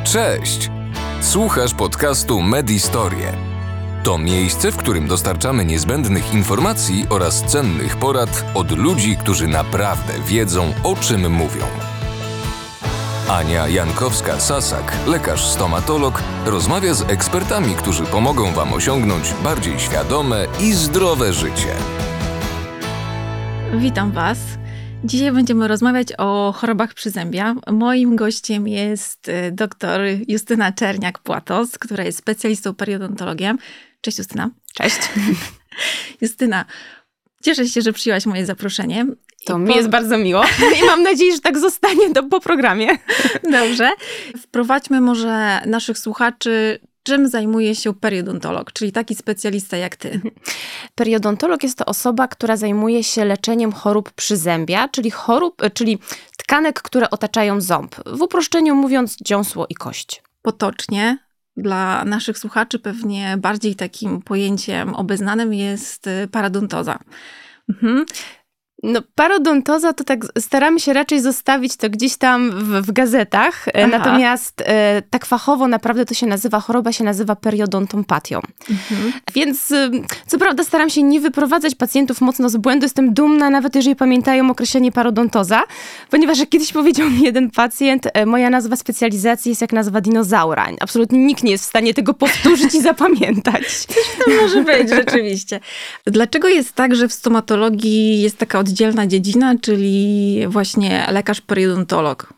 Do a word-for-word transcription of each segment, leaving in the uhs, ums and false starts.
Cześć! Słuchasz podcastu MedHistorie. To miejsce, w którym dostarczamy niezbędnych informacji oraz cennych porad od ludzi, którzy naprawdę wiedzą, o czym mówią. Ania Jankowska-Sasak, lekarz-stomatolog, rozmawia z ekspertami, którzy pomogą Wam osiągnąć bardziej świadome i zdrowe życie. Witam Was. Dzisiaj będziemy rozmawiać o chorobach przyzębia. Moim gościem jest dr Justyna Czerniak-Płatos, która jest specjalistą periodontologiem. Cześć Justyna. Cześć. Justyna, cieszę się, że przyjęłaś moje zaproszenie. To I mi po... jest bardzo miło i mam nadzieję, że tak zostanie do, po programie. Dobrze. Wprowadźmy może naszych słuchaczy, czym zajmuje się periodontolog, czyli taki specjalista jak ty. Periodontolog jest to osoba, która zajmuje się leczeniem chorób przyzębia, czyli chorób, czyli tkanek, które otaczają ząb. W uproszczeniu mówiąc, dziąsło i kość. Potocznie dla naszych słuchaczy pewnie bardziej takim pojęciem obeznanym jest parodontoza. Mhm. No, parodontoza to tak staramy się raczej zostawić to gdzieś tam w, w gazetach, Aha. natomiast e, tak fachowo naprawdę to się nazywa, choroba się nazywa periodontompatią. Mhm. Więc e, co prawda staram się nie wyprowadzać pacjentów mocno z błędu, jestem dumna nawet jeżeli pamiętają określenie parodontoza, ponieważ jak kiedyś powiedział mi jeden pacjent, e, moja nazwa specjalizacji jest jak nazwa dinozaura. Absolutnie nikt nie jest w stanie tego powtórzyć i zapamiętać. Coś to może być rzeczywiście. Dlaczego jest tak, że w stomatologii jest taka oddzielna dziedzina, czyli właśnie lekarz periodontolog?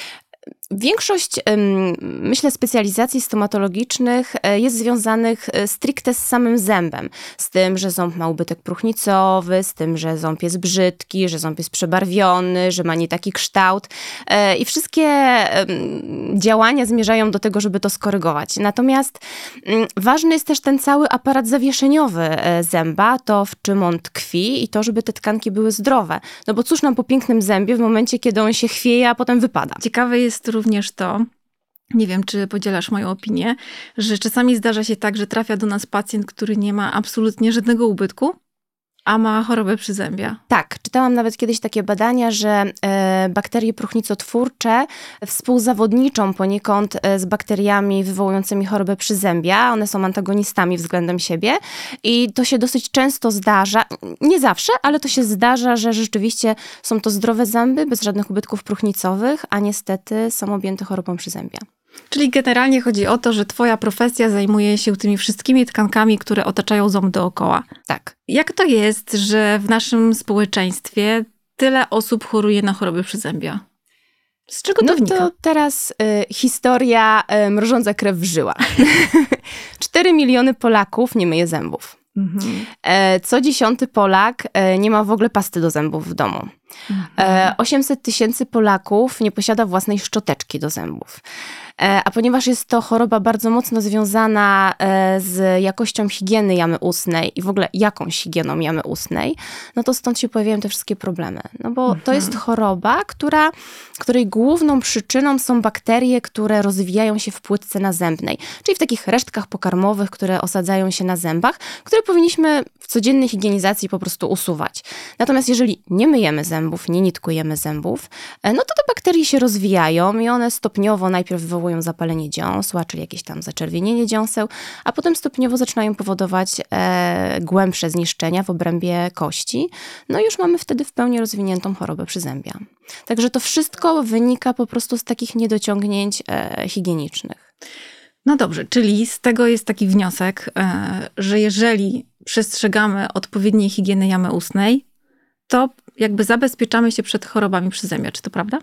Większość, myślę, specjalizacji stomatologicznych jest związanych stricte z samym zębem. Z tym, że ząb ma ubytek próchnicowy, z tym, że ząb jest brzydki, że ząb jest przebarwiony, że ma nie taki kształt. I wszystkie działania zmierzają do tego, żeby to skorygować. Natomiast ważny jest też ten cały aparat zawieszeniowy zęba, to w czym on tkwi i to, żeby te tkanki były zdrowe. No bo cóż nam po pięknym zębie w momencie, kiedy on się chwieje, a potem wypada. Ciekawe jest również to, nie wiem, czy podzielasz moją opinię, że czasami zdarza się tak, że trafia do nas pacjent, który nie ma absolutnie żadnego ubytku, a ma chorobę przyzębia. Tak, czytałam nawet kiedyś takie badania, że e, bakterie próchnicotwórcze współzawodniczą poniekąd e, z bakteriami wywołującymi chorobę przyzębia. One są antagonistami względem siebie i to się dosyć często zdarza, nie zawsze, ale to się zdarza, że rzeczywiście są to zdrowe zęby bez żadnych ubytków próchnicowych, a niestety są objęte chorobą przyzębia. Czyli generalnie chodzi o to, że twoja profesja zajmuje się tymi wszystkimi tkankami, które otaczają ząb dookoła. Tak. Jak to jest, że w naszym społeczeństwie tyle osób choruje na choroby przyzębia? Z czego to no wynika? To teraz y, historia y, mrożąca krew w żyłach. cztery miliony Polaków nie myje zębów. Mhm. E, co dziesiąty Polak e, nie ma w ogóle pasty do zębów w domu. Mhm. E, osiemset tysięcy Polaków nie posiada własnej szczoteczki do zębów. E, a ponieważ jest to choroba bardzo mocno związana e, z jakością higieny jamy ustnej i w ogóle jakąś higieną jamy ustnej, no to stąd się pojawiają te wszystkie problemy. No bo mhm. to jest choroba, która, której główną przyczyną są bakterie, które rozwijają się w płytce nazębnej, czyli w takich resztkach pokarmowych, które osadzają się na zębach, które powinniśmy w codziennej higienizacji po prostu usuwać. Natomiast jeżeli nie myjemy zębów, nie nitkujemy zębów, no to te bakterie się rozwijają i one stopniowo najpierw wywołują zapalenie dziąsła, czyli jakieś tam zaczerwienienie dziąseł, a potem stopniowo zaczynają powodować e, głębsze zniszczenia w obrębie kości. No i już mamy wtedy w pełni rozwiniętą chorobę przyzębia. Także to wszystko wynika po prostu z takich niedociągnięć e, higienicznych. No dobrze, czyli z tego jest taki wniosek, że jeżeli przestrzegamy odpowiedniej higieny jamy ustnej, to jakby zabezpieczamy się przed chorobami przyzębia. Czy to prawda?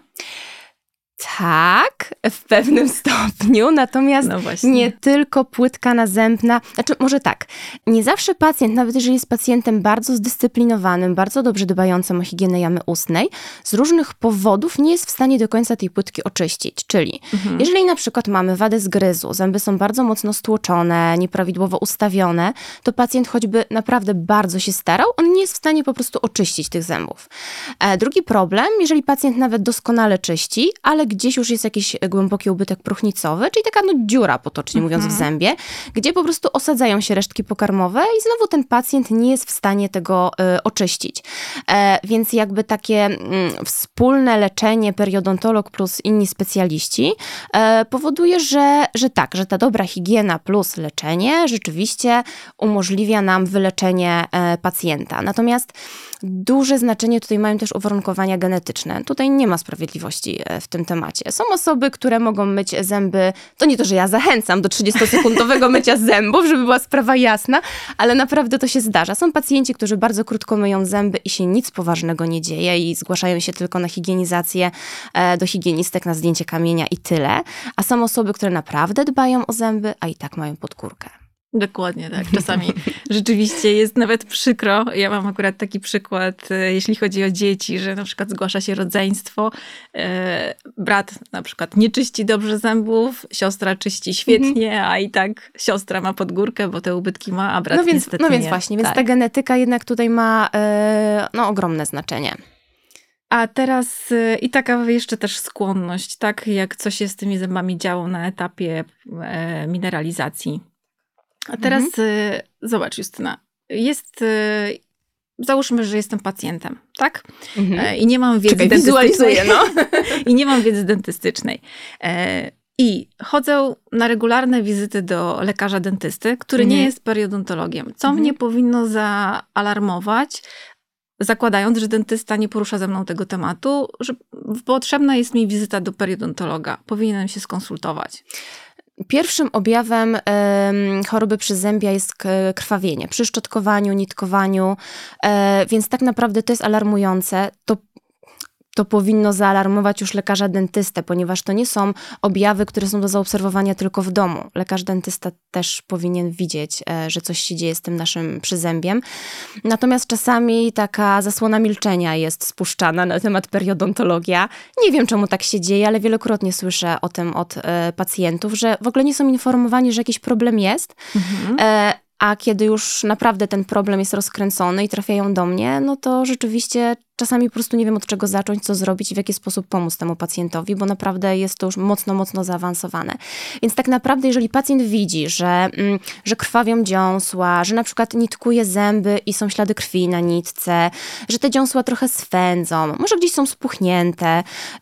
Tak, w pewnym stopniu, natomiast no nie tylko płytka nazębna, znaczy może tak, nie zawsze pacjent, nawet jeżeli jest pacjentem bardzo zdyscyplinowanym, bardzo dobrze dbającym o higienę jamy ustnej, z różnych powodów nie jest w stanie do końca tej płytki oczyścić, czyli mhm. jeżeli na przykład mamy wadę zgryzu, zęby są bardzo mocno stłoczone, nieprawidłowo ustawione, to pacjent choćby naprawdę bardzo się starał, on nie jest w stanie po prostu oczyścić tych zębów. E, drugi problem, jeżeli pacjent nawet doskonale czyści, ale gdzieś już jest jakiś głęboki ubytek próchnicowy, czyli taka no dziura, potocznie mówiąc, w zębie, gdzie po prostu osadzają się resztki pokarmowe i znowu ten pacjent nie jest w stanie tego y, oczyścić. E, więc jakby takie mm, wspólne leczenie periodontolog plus inni specjaliści e, powoduje, że, że tak, że ta dobra higiena plus leczenie rzeczywiście umożliwia nam wyleczenie e, pacjenta. Natomiast duże znaczenie tutaj mają też uwarunkowania genetyczne. Tutaj nie ma sprawiedliwości w tym temacie. Są osoby, które mogą myć zęby, to nie to, że ja zachęcam do trzydziestosekundowego mycia zębów, żeby była sprawa jasna, ale naprawdę to się zdarza. Są pacjenci, którzy bardzo krótko myją zęby i się nic poważnego nie dzieje i zgłaszają się tylko na higienizację do higienistek, na zdjęcie kamienia i tyle. A są osoby, które naprawdę dbają o zęby, a i tak mają podkórkę. Dokładnie tak. Czasami rzeczywiście jest nawet przykro. Ja mam akurat taki przykład, jeśli chodzi o dzieci, że na przykład zgłasza się rodzeństwo, e, brat na przykład nie czyści dobrze zębów, siostra czyści świetnie, mm-hmm. a i tak siostra ma podgórkę, bo te ubytki ma, a brat no więc, niestety No więc nie. właśnie, tak. więc ta genetyka jednak tutaj ma e, no, ogromne znaczenie. A teraz y, i taka jeszcze też skłonność, tak jak coś się z tymi zębami działo na etapie e, mineralizacji. A teraz mhm. y, zobacz, Justyna, jest, y, załóżmy, że jestem pacjentem, tak? Mhm. E, I nie mam wiedzy Czekaj, dentystycznej. no. I nie mam wiedzy dentystycznej. E, I chodzę na regularne wizyty do lekarza dentysty, który mhm. nie jest periodontologiem. Co mhm. mnie powinno zaalarmować, zakładając, że dentysta nie porusza ze mną tego tematu, że potrzebna jest mi wizyta do periodontologa. Powinienem się skonsultować. Pierwszym objawem y, choroby przyzębia jest krwawienie przy szczotkowaniu, nitkowaniu, y, więc tak naprawdę to jest alarmujące. To to powinno zaalarmować już lekarza dentystę, ponieważ to nie są objawy, które są do zaobserwowania tylko w domu. Lekarz dentysta też powinien widzieć, że coś się dzieje z tym naszym przyzębiem. Natomiast czasami taka zasłona milczenia jest spuszczana na temat periodontologia. Nie wiem, czemu tak się dzieje, ale wielokrotnie słyszę o tym od pacjentów, że w ogóle nie są informowani, że jakiś problem jest. Mhm. A kiedy już naprawdę ten problem jest rozkręcony i trafiają do mnie, no to rzeczywiście czasami po prostu nie wiem, od czego zacząć, co zrobić i w jaki sposób pomóc temu pacjentowi, bo naprawdę jest to już mocno, mocno zaawansowane. Więc tak naprawdę, jeżeli pacjent widzi, że, że krwawią dziąsła, że na przykład nitkuje zęby i są ślady krwi na nitce, że te dziąsła trochę swędzą, może gdzieś są spuchnięte,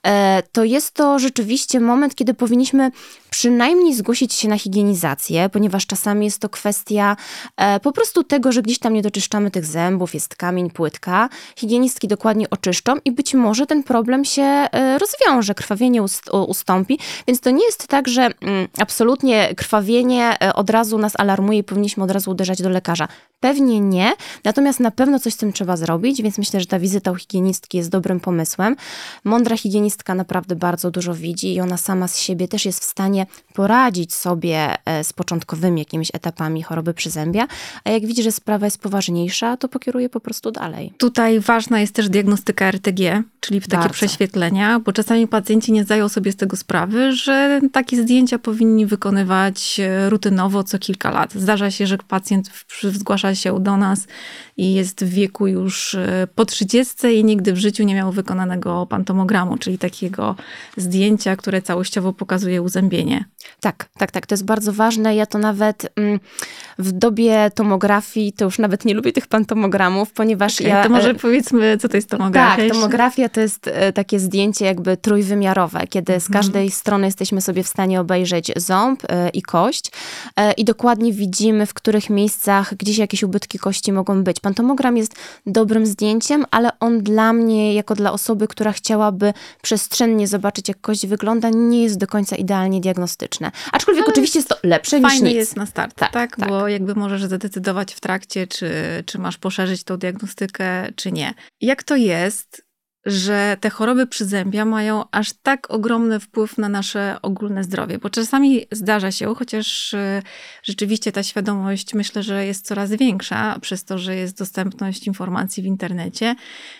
to jest to rzeczywiście moment, kiedy powinniśmy przynajmniej zgłosić się na higienizację, ponieważ czasami jest to kwestia po prostu tego, że gdzieś tam nie doczyszczamy tych zębów, jest kamień, płytka. Higienistki dokładnie oczyszczą i być może ten problem się rozwiąże, krwawienie ustąpi. Więc to nie jest tak, że absolutnie krwawienie od razu nas alarmuje i powinniśmy od razu uderzać do lekarza. Pewnie nie, natomiast na pewno coś z tym trzeba zrobić, więc myślę, że ta wizyta u higienistki jest dobrym pomysłem. Mądra higienistka naprawdę bardzo dużo widzi i ona sama z siebie też jest w stanie poradzić sobie z początkowymi jakimiś etapami choroby przyzębia, a jak widzi, że sprawa jest poważniejsza, to pokieruje po prostu dalej. Tutaj ważna jest też diagnostyka R T G, czyli takie bardzo. Prześwietlenia, bo czasami pacjenci nie zdają sobie z tego sprawy, że takie zdjęcia powinni wykonywać rutynowo co kilka lat. Zdarza się, że pacjent zgłasza się do nas i jest w wieku już po trzydziestce i nigdy w życiu nie miał wykonanego pantomogramu, czyli takiego zdjęcia, które całościowo pokazuje uzębienie. Tak, tak, tak. To jest bardzo ważne. Ja to nawet mm, w dobie tomografii, to już nawet nie lubię tych pantomogramów, ponieważ okay, ja... To może powiedzmy, co to jest tomografia? Tak, tomografia to jest takie zdjęcie jakby trójwymiarowe, kiedy z każdej hmm. strony jesteśmy sobie w stanie obejrzeć ząb i kość i dokładnie widzimy, w których miejscach gdzieś jakieś ubytki kości mogą być. Pantomogram jest dobrym zdjęciem, ale on dla mnie, jako dla osoby, która chciałaby przestrzennie zobaczyć, jak kość wygląda, nie jest do końca idealnie diagnostyczne. Aczkolwiek ale oczywiście jest to lepsze niż nic. Fajnie jest na start, tak, tak, tak? Bo jakby możesz zadecydować w trakcie, czy, czy masz poszerzyć tą diagnostykę, czy nie. Jak to jest, że te choroby przyzębia mają aż tak ogromny wpływ na nasze ogólne zdrowie? Bo czasami zdarza się, chociaż rzeczywiście ta świadomość myślę, że jest coraz większa przez to, że jest dostępność informacji w internecie,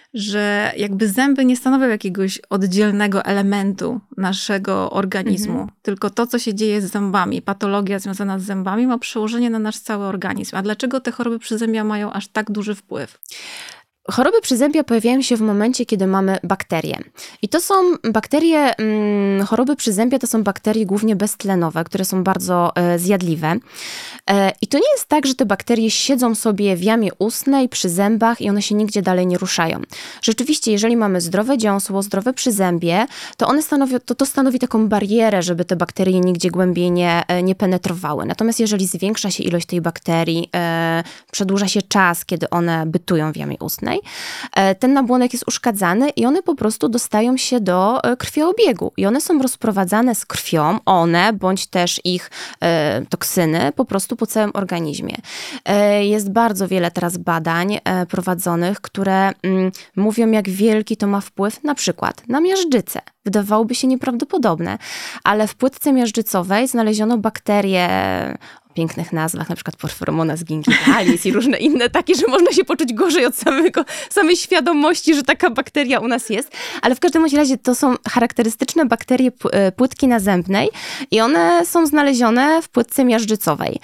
że jakby zęby nie stanowią jakiegoś oddzielnego elementu naszego organizmu, mhm. tylko to, co się dzieje z zębami, patologia związana z zębami ma przełożenie na nasz cały organizm. A dlaczego te choroby przyzębia mają aż tak duży wpływ? Choroby przyzębia pojawiają się w momencie, kiedy mamy bakterie. I to są bakterie, hmm, choroby przyzębia to są bakterie głównie beztlenowe, które są bardzo e, zjadliwe. E, I to nie jest tak, że te bakterie siedzą sobie w jamie ustnej, przy zębach i one się nigdzie dalej nie ruszają. Rzeczywiście, jeżeli mamy zdrowe dziąsło, zdrowe przyzębie, to one stanowią, to, to stanowi taką barierę, żeby te bakterie nigdzie głębiej nie, nie penetrowały. Natomiast jeżeli zwiększa się ilość tej bakterii, e, przedłuża się czas, kiedy one bytują w jamie ustnej, ten nabłonek jest uszkadzany i one po prostu dostają się do krwiobiegu. I one są rozprowadzane z krwią, one, bądź też ich e, toksyny, po prostu po całym organizmie. E, jest bardzo wiele teraz badań e, prowadzonych, które mm, mówią, jak wielki to ma wpływ na przykład na miażdżycę. Wydawałoby się nieprawdopodobne, ale w płytce miażdżycowej znaleziono bakterie o pięknych nazwach, na przykład Porphyromonas gingivalis i różne inne takie, że można się poczuć gorzej od samego, samej świadomości, że taka bakteria u nas jest. Ale w każdym razie to są charakterystyczne bakterie płytki nazębnej i one są znalezione w płytce miażdżycowej.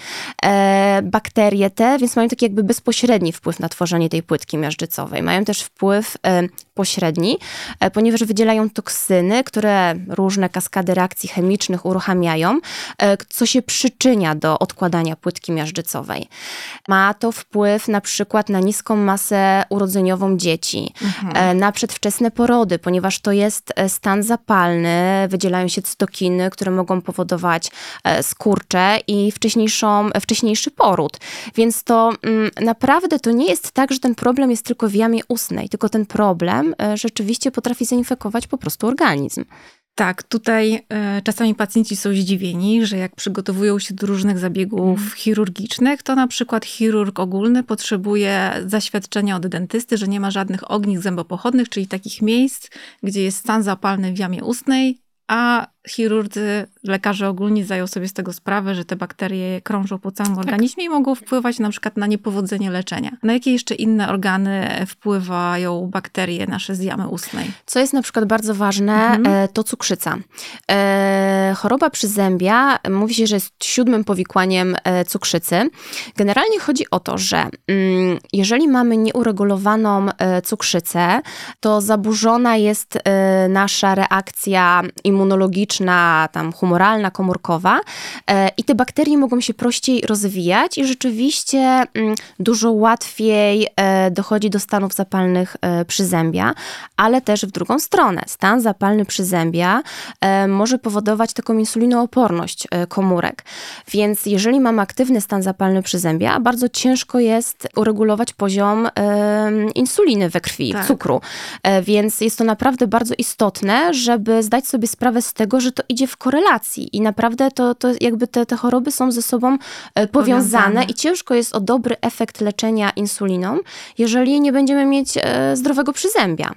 E, bakterie te, więc mają taki jakby bezpośredni wpływ na tworzenie tej płytki miażdżycowej. Mają też wpływ e, pośredni, e, ponieważ wydzielają toksyny, które różne kaskady reakcji chemicznych uruchamiają, e, co się przyczynia do odkładania płytki miażdżycowej. Ma to wpływ na przykład na niską masę urodzeniową dzieci, mhm. e, na przedwczesne porody, ponieważ to jest stan zapalny, wydzielają się cytokiny, które mogą powodować e, skurcze i wcześniejszą, wcześniejszy poród. Więc to mm, naprawdę to nie jest tak, że ten problem jest tylko w jamie ustnej, tylko ten problem e, rzeczywiście potrafi zainfekować po prostu organizm. Tak, tutaj y, czasami pacjenci są zdziwieni, że jak przygotowują się do różnych zabiegów mm. chirurgicznych, to na przykład chirurg ogólny potrzebuje zaświadczenia od dentysty, że nie ma żadnych ognisk zębopochodnych, czyli takich miejsc, gdzie jest stan zapalny w jamie ustnej, a chirurdzy, lekarze ogólni zdają sobie z tego sprawę, że te bakterie krążą po całym tak. organizmie i mogą wpływać na przykład na niepowodzenie leczenia. Na jakie jeszcze inne organy wpływają bakterie nasze z jamy ustnej? Co jest na przykład bardzo ważne, mhm. to cukrzyca. Choroba przyzębia, mówi się, że jest siódmym powikłaniem cukrzycy. Generalnie chodzi o to, że jeżeli mamy nieuregulowaną cukrzycę, to zaburzona jest nasza reakcja immunologiczna, tam humoralna, komórkowa e, i te bakterie mogą się prościej rozwijać i rzeczywiście m, dużo łatwiej e, dochodzi do stanów zapalnych e, przyzębia, ale też w drugą stronę. Stan zapalny przyzębia e, może powodować taką insulinooporność e, komórek. Więc jeżeli mamy aktywny stan zapalny przyzębia, bardzo ciężko jest uregulować poziom e, insuliny we krwi, tak. cukru. E, więc jest to naprawdę bardzo istotne, żeby zdać sobie sprawę z tego, że to idzie w korelacji i naprawdę to, to jakby te, te choroby są ze sobą powiązane, powiązane i ciężko jest o dobry efekt leczenia insuliną, jeżeli nie będziemy mieć zdrowego przyzębia.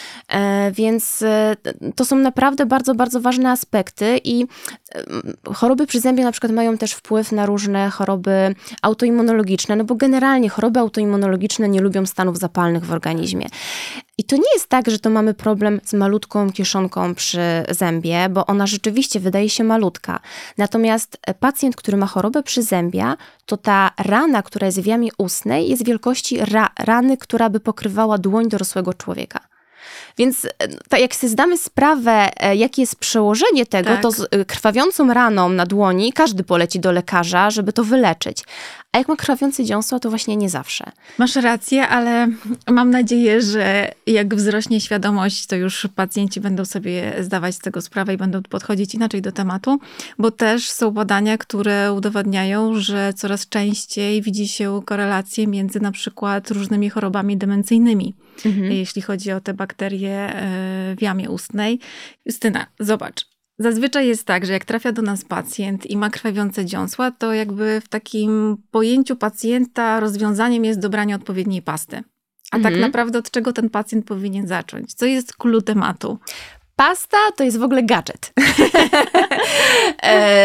Więc to są naprawdę bardzo, bardzo ważne aspekty i choroby przyzębia na przykład mają też wpływ na różne choroby autoimmunologiczne, no bo generalnie choroby autoimmunologiczne nie lubią stanów zapalnych w organizmie. I to nie jest tak, że to mamy problem z malutką kieszonką przy zębie, bo ona rzeczywiście wydaje się malutka. Natomiast pacjent, który ma chorobę przyzębia, to ta rana, która jest w jamie ustnej, jest wielkości ra- rany, która by pokrywała dłoń dorosłego człowieka. Więc tak jak sobie zdamy sprawę, jakie jest przełożenie tego, tak. to z krwawiącą raną na dłoni każdy poleci do lekarza, żeby to wyleczyć. A jak ma krwawiące dziąsło, to właśnie nie zawsze. Masz rację, ale mam nadzieję, że jak wzrośnie świadomość, to już pacjenci będą sobie zdawać z tego sprawę i będą podchodzić inaczej do tematu, bo też są badania, które udowadniają, że coraz częściej widzi się korelacje między na przykład różnymi chorobami demencyjnymi, mhm. jeśli chodzi o te bakterie w jamie ustnej. Justyna, zobacz. Zazwyczaj jest tak, że jak trafia do nas pacjent i ma krwawiące dziąsła, to jakby w takim pojęciu pacjenta rozwiązaniem jest dobranie odpowiedniej pasty. A mhm. tak naprawdę od czego ten pacjent powinien zacząć? Co jest clue tematu? Pasta to jest w ogóle gadżet.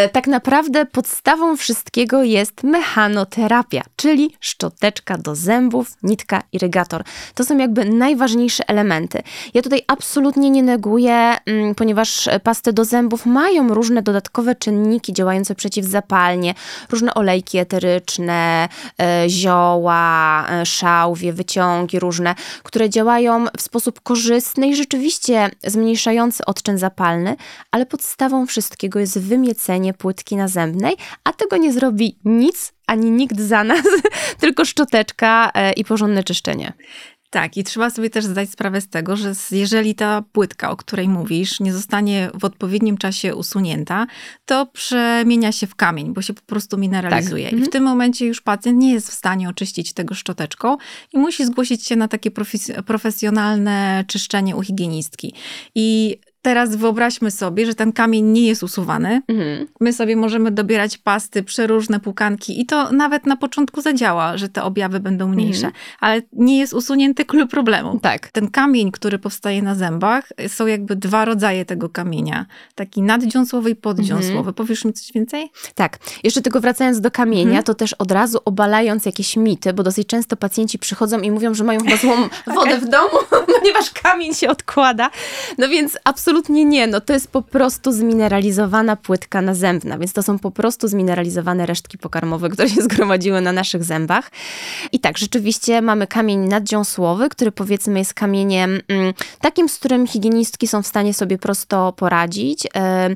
E, tak naprawdę podstawą wszystkiego jest mechanoterapia, czyli szczoteczka do zębów, nitka, irygator. To są jakby najważniejsze elementy. Ja tutaj absolutnie nie neguję, m, ponieważ pasty do zębów mają różne dodatkowe czynniki działające przeciwzapalnie, różne olejki eteryczne, e, zioła, e, szałwie, wyciągi różne, które działają w sposób korzystny i rzeczywiście zmniejszający odczyn zapalny, ale podstawą wszystkiego jest wymiecenie płytki nazębnej, a tego nie zrobi nic ani nikt za nas, tylko szczoteczka e, i porządne czyszczenie. Tak, i trzeba sobie też zdać sprawę z tego, że jeżeli ta płytka, o której mówisz, nie zostanie w odpowiednim czasie usunięta, to przemienia się w kamień, bo się po prostu mineralizuje. Tak. I w tym momencie już pacjent nie jest w stanie oczyścić tego szczoteczką i musi zgłosić się na takie profes- profesjonalne czyszczenie u higienistki. I teraz wyobraźmy sobie, że ten kamień nie jest usuwany. Mhm. My sobie możemy dobierać pasty, przeróżne płukanki i to nawet na początku zadziała, że te objawy będą mniejsze. Mhm. Ale nie jest usunięty klucz problemu. Tak. Ten kamień, który powstaje na zębach, są jakby dwa rodzaje tego kamienia. Taki naddziąsłowy i poddziąsłowy. Mhm. Powiesz mi coś więcej? Tak. Jeszcze tylko wracając do kamienia, mhm. to też od razu obalając jakieś mity, bo dosyć często pacjenci przychodzą i mówią, że mają chyba złą wodę w domu, ponieważ kamień się odkłada. No więc absolutnie Absolutnie nie, no to jest po prostu zmineralizowana płytka nazębna, więc to są po prostu zmineralizowane resztki pokarmowe, które się zgromadziły na naszych zębach. I tak, rzeczywiście mamy kamień naddziąsłowy, który powiedzmy jest kamieniem mm, takim, z którym higienistki są w stanie sobie prosto poradzić. Yy,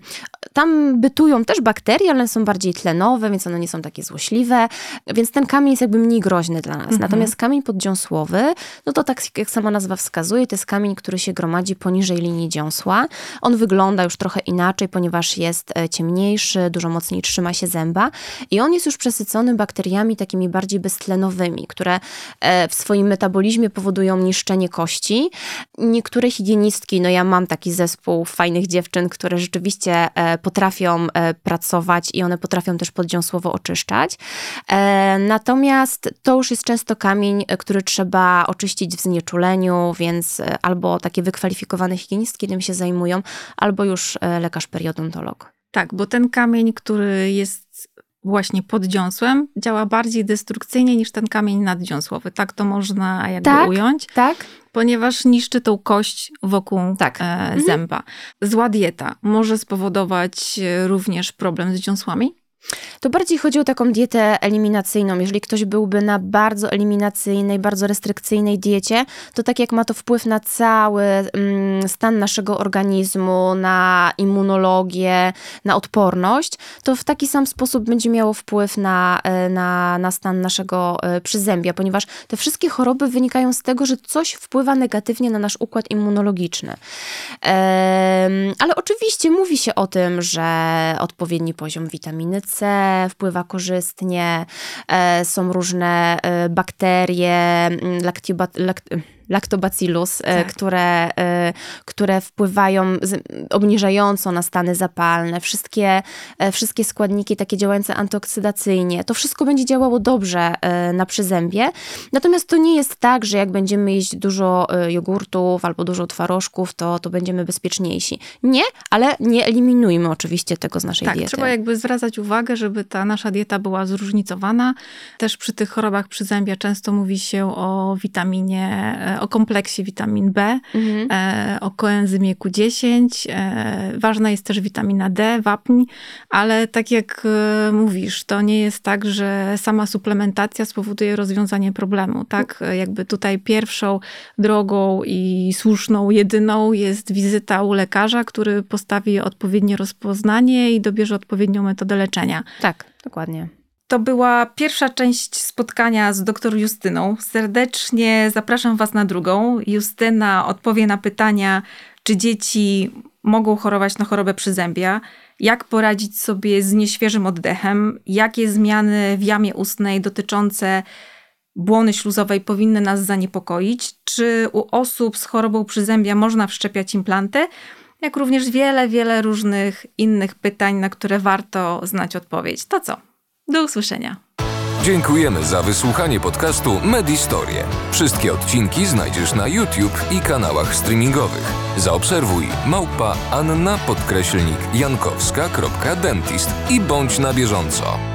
tam bytują też bakterie, ale są bardziej tlenowe, więc one nie są takie złośliwe, więc ten kamień jest jakby mniej groźny dla nas. Mhm. Natomiast kamień poddziąsłowy, no to tak jak sama nazwa wskazuje, to jest kamień, który się gromadzi poniżej linii dziąsła. On wygląda już trochę inaczej, ponieważ jest ciemniejszy, dużo mocniej trzyma się zęba i on jest już przesycony bakteriami takimi bardziej beztlenowymi, które w swoim metabolizmie powodują niszczenie kości. Niektóre higienistki, no ja mam taki zespół fajnych dziewczyn, które rzeczywiście potrafią pracować i one potrafią też poddziąsłowo oczyszczać. Natomiast to już jest często kamień, który trzeba oczyścić w znieczuleniu, więc albo takie wykwalifikowane higienistki tym się zajmują, albo już lekarz periodontolog. Tak, bo ten kamień, który jest właśnie pod dziąsłem, działa bardziej destrukcyjnie niż ten kamień naddziąsłowy. Tak to można jakby tak, ująć. Tak, ponieważ niszczy tą kość wokół tak. e, zęba. Mhm. Zła dieta może spowodować również problem z dziąsłami? To bardziej chodzi o taką dietę eliminacyjną. Jeżeli ktoś byłby na bardzo eliminacyjnej, bardzo restrykcyjnej diecie, to tak jak ma to wpływ na cały mm, stan naszego organizmu, na immunologię, na odporność, to w taki sam sposób będzie miało wpływ na, na, na stan naszego przyzębia, ponieważ te wszystkie choroby wynikają z tego, że coś wpływa negatywnie na nasz układ immunologiczny. Ehm, ale oczywiście mówi się o tym, że odpowiedni poziom witaminy C wpływa korzystnie, e, są różne e, bakterie, laktiba, lakt, lactobacillus, tak. które, które wpływają z, obniżająco na stany zapalne, wszystkie, wszystkie składniki takie działające antyoksydacyjnie. To wszystko będzie działało dobrze na przyzębie. Natomiast to nie jest tak, że jak będziemy jeść dużo jogurtów albo dużo twarożków, to, to będziemy bezpieczniejsi. Nie, ale nie eliminujmy oczywiście tego z naszej tak, diety. Tak, trzeba jakby zwracać uwagę, żeby ta nasza dieta była zróżnicowana. Też przy tych chorobach przyzębia często mówi się o witaminie, o kompleksie witamin B, mhm. e, o koenzymie Q dziesięć. E, ważna jest też witamina D, wapń, ale tak jak e, mówisz, to nie jest tak, że sama suplementacja spowoduje rozwiązanie problemu. Tak? E, jakby tutaj pierwszą drogą i słuszną, jedyną jest wizyta u lekarza, który postawi odpowiednie rozpoznanie i dobierze odpowiednią metodę leczenia. Tak, dokładnie. To była pierwsza część spotkania z doktor Justyną. Serdecznie zapraszam Was na drugą. Justyna odpowie na pytania, czy dzieci mogą chorować na chorobę przyzębia, jak poradzić sobie z nieświeżym oddechem, jakie zmiany w jamie ustnej dotyczące błony śluzowej powinny nas zaniepokoić, czy u osób z chorobą przyzębia można wszczepiać implanty, jak również wiele, wiele różnych innych pytań, na które warto znać odpowiedź. To co? Do usłyszenia. Dziękujemy za wysłuchanie podcastu Medistorie. Wszystkie odcinki znajdziesz na YouTube i kanałach streamingowych. Zaobserwuj małpa Anna podkreślnik jankowska kropka dentist i bądź na bieżąco.